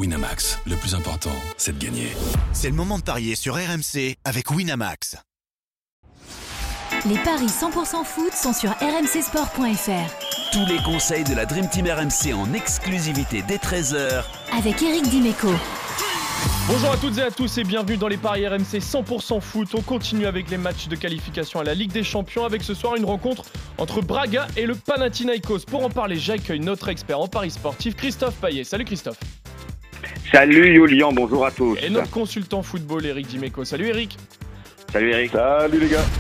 Winamax, le plus important, c'est de gagner. C'est le moment de parier sur RMC avec Winamax. Les paris 100% foot sont sur rmcsport.fr. Tous les conseils de la Dream Team RMC en exclusivité dès 13h Avec Eric Dimeco. Bonjour à toutes et à tous et bienvenue dans les paris RMC 100% foot. On continue avec les matchs de qualification à la Ligue des Champions avec ce soir une rencontre entre Braga et le Panathinaikos. Pour en parler, j'accueille notre expert en paris sportif, Christophe Payet. Salut Christophe. Salut Julien, bonjour à tous. Et notre consultant football, Eric Dimeco. Salut Eric. Salut Eric. Salut les gars.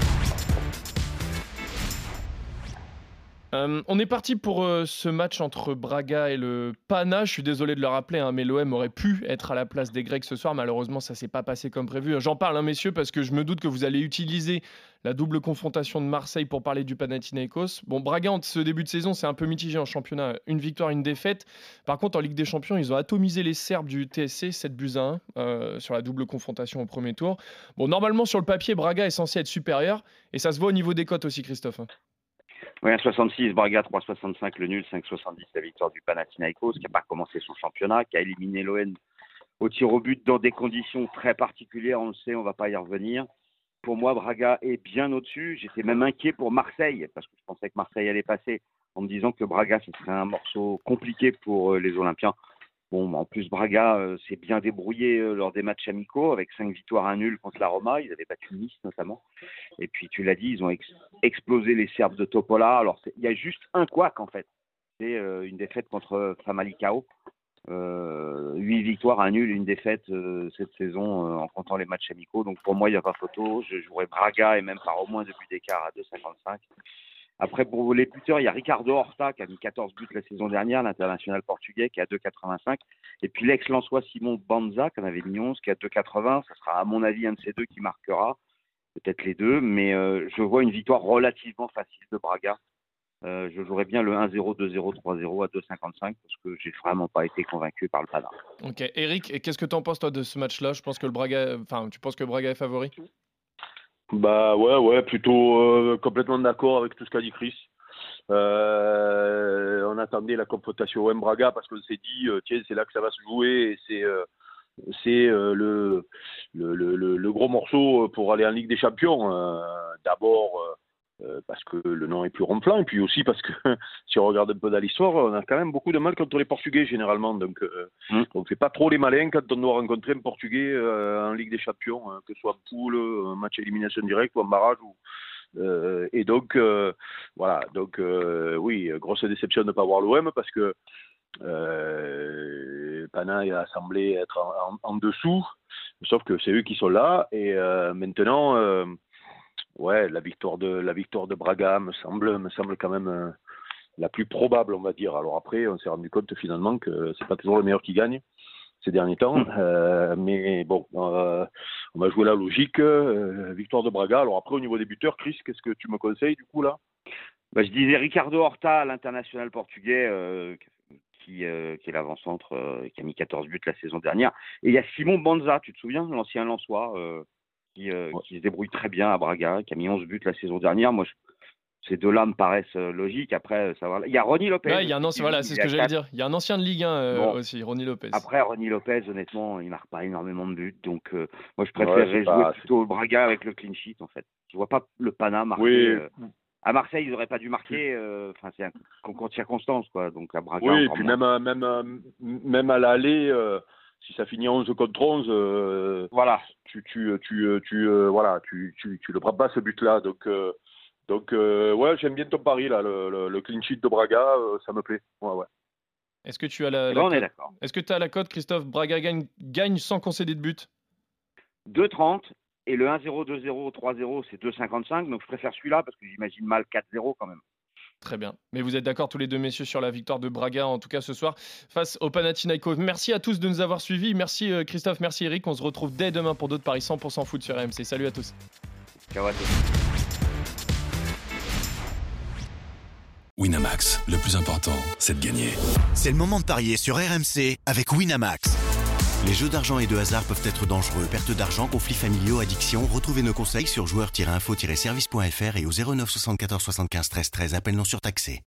On est parti pour ce match entre Braga et le Pana. Je suis désolé de le rappeler, mais l'OM aurait pu être à la place des Grecs ce soir. Malheureusement, ça ne s'est pas passé comme prévu. J'en parle, messieurs, parce que je me doute que vous allez utiliser la double confrontation de Marseille pour parler du Panathinaikos. Bon, Braga, en ce début de saison, c'est un peu mitigé en championnat. Une victoire, une défaite. Par contre, en Ligue des Champions, ils ont atomisé les Serbes du TSC, 7-1 sur la double confrontation au premier tour. Bon, normalement, sur le papier, Braga est censé être supérieur. Et ça se voit au niveau des cotes aussi, Christophe. Oui, 1,66, Braga 3,65, le nul, 5,70, la victoire du Panathinaikos, qui n'a pas commencé son championnat, qui a éliminé l'OM au tir au but dans des conditions très particulières, on le sait, on ne va pas y revenir. Pour moi, Braga est bien au-dessus. J'étais même inquiet pour Marseille, parce que je pensais que Marseille allait passer, en me disant que Braga, ce serait un morceau compliqué pour les Olympiens. Bon, en plus, Braga s'est bien débrouillé lors des matchs amicaux, avec 5 victoires, 1 nul contre la Roma. Ils avaient battu Nice, notamment. Et puis, tu l'as dit, ils ont explosé les Serbes de Topola. Alors, il y a juste un couac, en fait. C'est une défaite contre Famalicão. 8 victoires, 1 nul, une défaite cette saison en comptant les matchs amicaux. Donc, pour moi, il n'y a pas photo. Je jouerais Braga et même par au moins 2 buts d'écart à 2,55. Après, pour les buteurs, il y a Ricardo Horta qui a mis 14 buts la saison dernière, l'international portugais qui a 2,85. Et puis l'ex-Lensois Simon Banza qui en avait mis 11, qui a 2,80. Ça sera à mon avis un de ces deux qui marquera, peut-être les deux. Mais je vois une victoire relativement facile de Braga. Je jouerais bien le 1-0, 2-0, 3-0 à 2,55 parce que j'ai vraiment pas été convaincu par le Pana. Ok, Eric, et qu'est-ce que tu en penses toi de ce match-là ? Tu penses que Braga est favori ? Bah ouais, plutôt complètement d'accord avec tout ce qu'a dit Chris. On attendait la confrontation OM-Braga parce qu'on s'est dit, tiens, c'est là que ça va se jouer et c'est le gros morceau pour aller en Ligue des Champions. D'abord parce que le nom est plus ronflant et puis aussi parce que si on regarde un peu dans l'histoire, on a quand même beaucoup de mal contre les Portugais généralement. Donc on ne fait pas trop les malins quand on doit rencontrer un Portugais en Ligue des Champions, que ce soit en poule, un match élimination directe ou en barrage. Et donc voilà, donc oui, grosse déception de ne pas voir l'OM parce que Pana a semblé être en dessous, sauf que c'est eux qui sont là et maintenant ouais, la victoire de Braga me semble quand même la plus probable, on va dire. Alors après, on s'est rendu compte finalement que c'est pas toujours le meilleur qui gagne ces derniers temps. Mais bon, on va jouer la logique. Victoire de Braga. Alors après, au niveau des buteurs, Chris, qu'est-ce que tu me conseilles du coup là ? Je disais Ricardo Horta, l'international portugais, qui est l'avant-centre, qui a mis 14 buts la saison dernière. Et il y a Simon Banza, tu te souviens, l'ancien Lensois, qui se débrouille très bien à Braga, qui a mis 11 buts la saison dernière. Moi, ces deux-là me paraissent logiques. Après, ça va. Il y a Ronny Lopez. Ouais, c'est ce que j'allais dire. Il y a un ancien de Ligue 1 aussi, Ronny Lopez. Après, Ronny Lopez, honnêtement, il marque pas énormément de buts. Donc, moi, je préférerais jouer plutôt Braga avec le clean sheet, en fait. Je vois pas le Pana marquer. Oui. À Marseille, ils n'auraient pas dû marquer. C'est un concours de circonstances, quoi. Donc, à Braga. Oui, et puis même à l'aller. Si ça finit 11 contre 11, voilà. Tu le prends pas ce but-là. Donc ouais, j'aime bien ton pari là, le clean sheet de Braga, ça me plaît. Ouais. Est-ce que tu as la on cote ? est d'accord. Est-ce que tu as la cote, Christophe ? Braga gagne sans concéder de but ? 2,30 et le 1-0, 2-0, 3-0, c'est 2,55. Donc je préfère celui-là parce que j'imagine mal 4-0 quand même. Très bien. Mais vous êtes d'accord tous les deux, messieurs, sur la victoire de Braga, en tout cas ce soir, face au Panathinaikos. Merci à tous de nous avoir suivis. Merci Christophe, merci Eric. On se retrouve dès demain pour d'autres paris 100% foot sur RMC. Salut à tous. Ciao à tous. Winamax, le plus important, c'est de gagner. C'est le moment de parier sur RMC avec Winamax. Les jeux d'argent et de hasard peuvent être dangereux. Perte d'argent, conflits familiaux, addiction. Retrouvez nos conseils sur joueurs-info-service.fr et au 09 74 75 13 13. Appel non surtaxé.